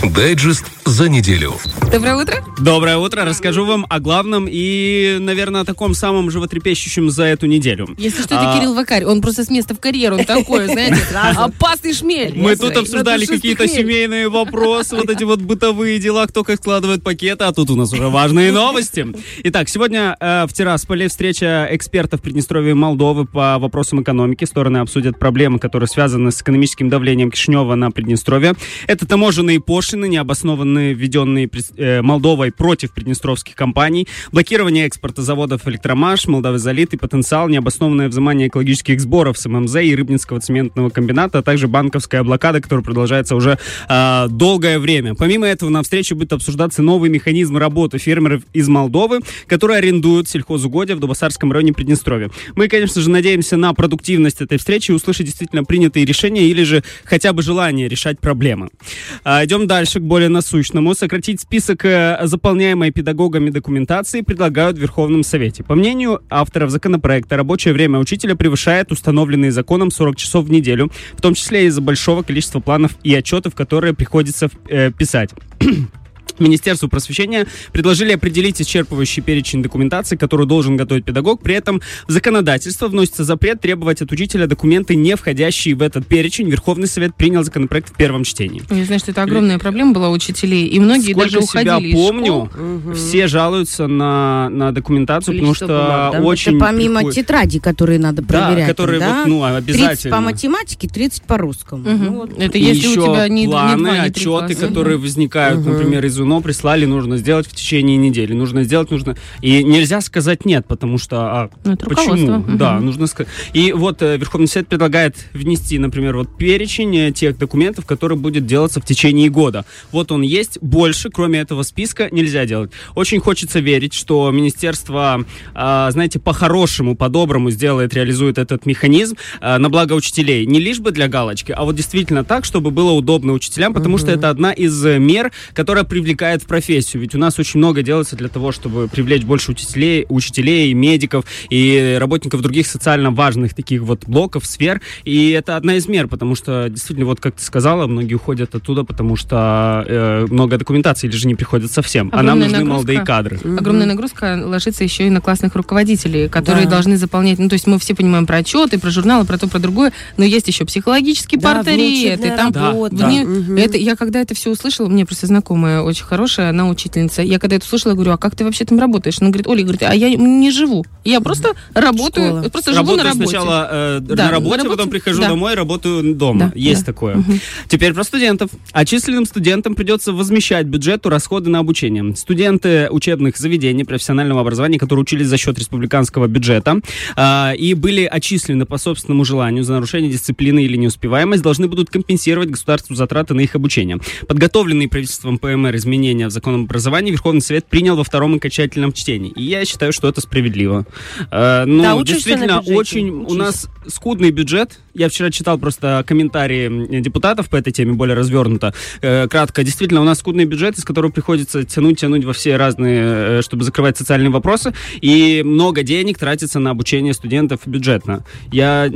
Дайджест за неделю. Доброе утро. Доброе утро. Расскажу вам о главном и, наверное, о таком самом животрепещущем за эту неделю. Если что, это Кирилл Вакарь. Он просто с места в карьеру. Он такой, знаете, опасный шмель. Мы тут обсуждали какие-то семейные вопросы, вот эти вот бытовые дела, кто как складывает пакеты, а тут у нас уже важные новости. Итак, сегодня в Тирасполе встреча экспертов Приднестровья и Молдовы по вопросам экономики. Стороны обсудят проблемы, которые связаны с экономическим давлением Кишинева на Приднестровье. Это таможенные пошлины, необоснованные, введенные Молдовой против приднестровских компаний, блокирование экспорта заводов «Электромаш», «Молдавизолит» и «Потенциал», необоснованное взимание экологических сборов с ММЗ и Рыбницкого цементного комбината, а также банковская блокада, которая продолжается уже долгое время. Помимо этого, на встрече будет обсуждаться новый механизм работы фермеров из Молдовы, которые арендуют сельхозугодия в Дубасарском районе Приднестровья. Мы, конечно же, надеемся на продуктивность этой встречи и услышать действительно принятые решения или же хотя бы желание решать проблемы. Идем дальше к более насущному. Сократить список заполняемой педагогами документации предлагают в Верховном Совете. По мнению авторов законопроекта, рабочее время учителя превышает установленные законом 40 часов в неделю, в том числе из-за большого количества планов и отчетов, которые приходится писать. Министерству просвещения предложили определить исчерпывающий перечень документации, которую должен готовить педагог. При этом в законодательство вносится запрет требовать от учителя документы, не входящие в этот перечень. Верховный Совет принял законопроект в первом чтении. Я знаю, что это огромная проблема была у учителей, и многие Сколько даже уходили из школ. помню, все жалуются на документацию, Количество потому что бумаг, да? очень... Это помимо тетрадей, которые надо проверять. Да, которые да? вот, обязательно. 30 по математике, 30 по русскому. Это И если еще у тебя не планы, 2, не 3 отчеты, класса. которые возникают, например, из УНО прислали, нужно сделать в течение недели. Нужно сделать. И нельзя сказать нет, потому что... Это почему? руководство. Да, нужно сказать. И вот Верховный Совет предлагает внести, например, вот перечень тех документов, которые будет делаться в течение года. Вот он есть. Больше, кроме этого списка, нельзя делать. Очень хочется верить, что министерство, знаете, по-хорошему, по-доброму реализует этот механизм на благо учителей. Не лишь бы для галочки, а вот действительно так, чтобы было удобно учителям, потому что это одна из мер, которая привлекает в профессию. Ведь у нас очень много делается для того, чтобы привлечь больше учителей, медиков и работников других социально важных таких вот блоков, сфер. И это одна из мер, потому что действительно, вот как ты сказала, многие уходят оттуда, потому что много документации или же не приходят совсем. А нам нужны молодые кадры. Огромная нагрузка ложится еще и на классных руководителей, которые должны заполнять. Ну, то есть мы все понимаем про отчеты, про журналы, про то, про другое, но есть еще психологические портреты. Я когда это все услышала, мне просто знакомая очень хорошая, она учительница. Я когда это услышала, говорю, а как ты вообще там работаешь? Она говорит, Оля, а я не живу. Я просто работаю, живу на работе. Сначала на работе, потом прихожу домой, работаю дома. Есть такое. Теперь про студентов. Отчисленным студентам придется возмещать бюджету расходы на обучение. Студенты учебных заведений профессионального образования, которые учились за счет республиканского бюджета и были отчислены по собственному желанию за нарушение дисциплины или неуспеваемость, должны будут компенсировать государству затраты на их обучение. Подготовленные правительством ПМР изменения в закон об образовании Верховный Совет принял во втором окончательном чтении. И я считаю, что это справедливо. Действительно, очень у нас скудный бюджет. Я вчера читал просто комментарии депутатов по этой теме более развернуто. Кратко. Действительно, у нас скудный бюджет, из которого приходится тянуть во все разные, чтобы закрывать социальные вопросы. И много денег тратится на обучение студентов бюджетно. Я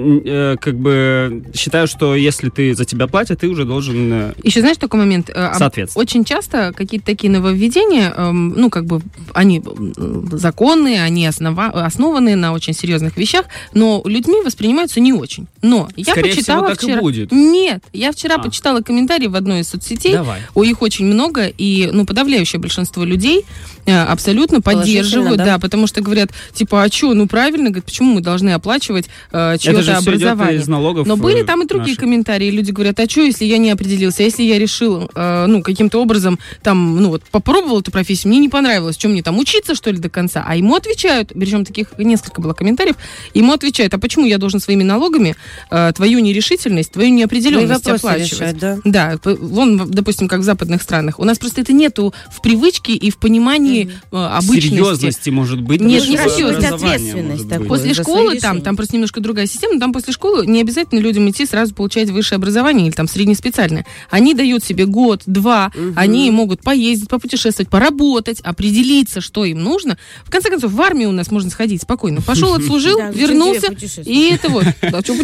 считаю, что если за тебя платят, ты уже должен еще знаешь такой момент? Соответственно. Очень часто какие-то такие нововведения, они законные, они основаны на очень серьезных вещах, но людьми воспринимаются не очень. Но я почитала так вчера... и будет. Нет, я вчера почитала комментарии в одной из соцсетей. Давай. Их очень много, и подавляющее большинство людей абсолютно поддерживают, да, потому что говорят, а что, правильно, говорят, почему мы должны оплачивать чье-то образование? Из налогов. Но были там и другие комментарии, люди говорят, а что, если я не определился, если я решил, каким-то образом, попробовал эту профессию, мне не понравилось, что мне там учиться, что ли, до конца? А ему отвечают, причем таких несколько было комментариев, ему отвечают, а почему я должен своими налогами твою нерешительность, твою неопределенность оплачивать? Решать, да? Да, допустим, как в западных странах. У нас просто это нету в привычке и в понимании обычности. Серьезности, может быть. Нет, не серьезность, ответственность такую. После школы там просто немножко другая система, там после школы не обязательно людям идти сразу получать высшее образование или там среднеспециальное. Они дают себе год, два, они могут поездить, попутешествовать, поработать, определиться, что им нужно. В конце концов, в армию у нас можно сходить спокойно. Пошел, отслужил, вернулся, и это вот. А что путешествовать?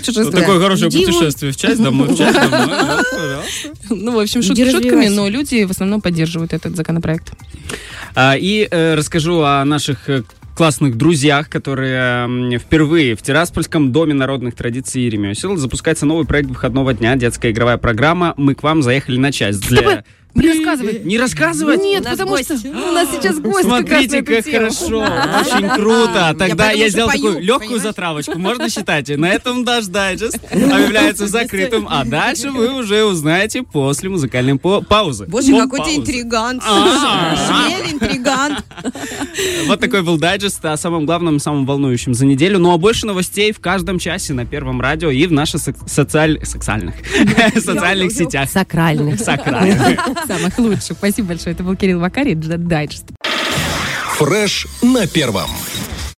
такое хорошее путешествие в часть домой, в часть домой. Пожалуйста. Ну, в общем, шутки шутками, но люди в основном поддерживают этот законопроект. И расскажу о наших классных друзьях, которые впервые в Тираспольском доме народных традиций и ремесел. Запускается новый проект выходного дня, детская игровая программа «Мы к вам заехали на час». Не рассказывать. Не рассказывать? Нет, потому что у нас сейчас гость. Смотрите, как хорошо. Очень круто. Тогда я сделал такую легкую затравочку. Можно считать. И на этом наш дайджест объявляется закрытым. А дальше вы уже узнаете после музыкальной паузы. Боже, какой ты интригант. Интригант. Вот такой был дайджест о самом главном, самом волнующем за неделю. Ну а больше новостей в каждом часе на Первом радио и в наших социальных сетях. Сакральных. Самых лучших. Спасибо большое. Это был Кирилл Вакарий, Дайджест. Фреш на Первом.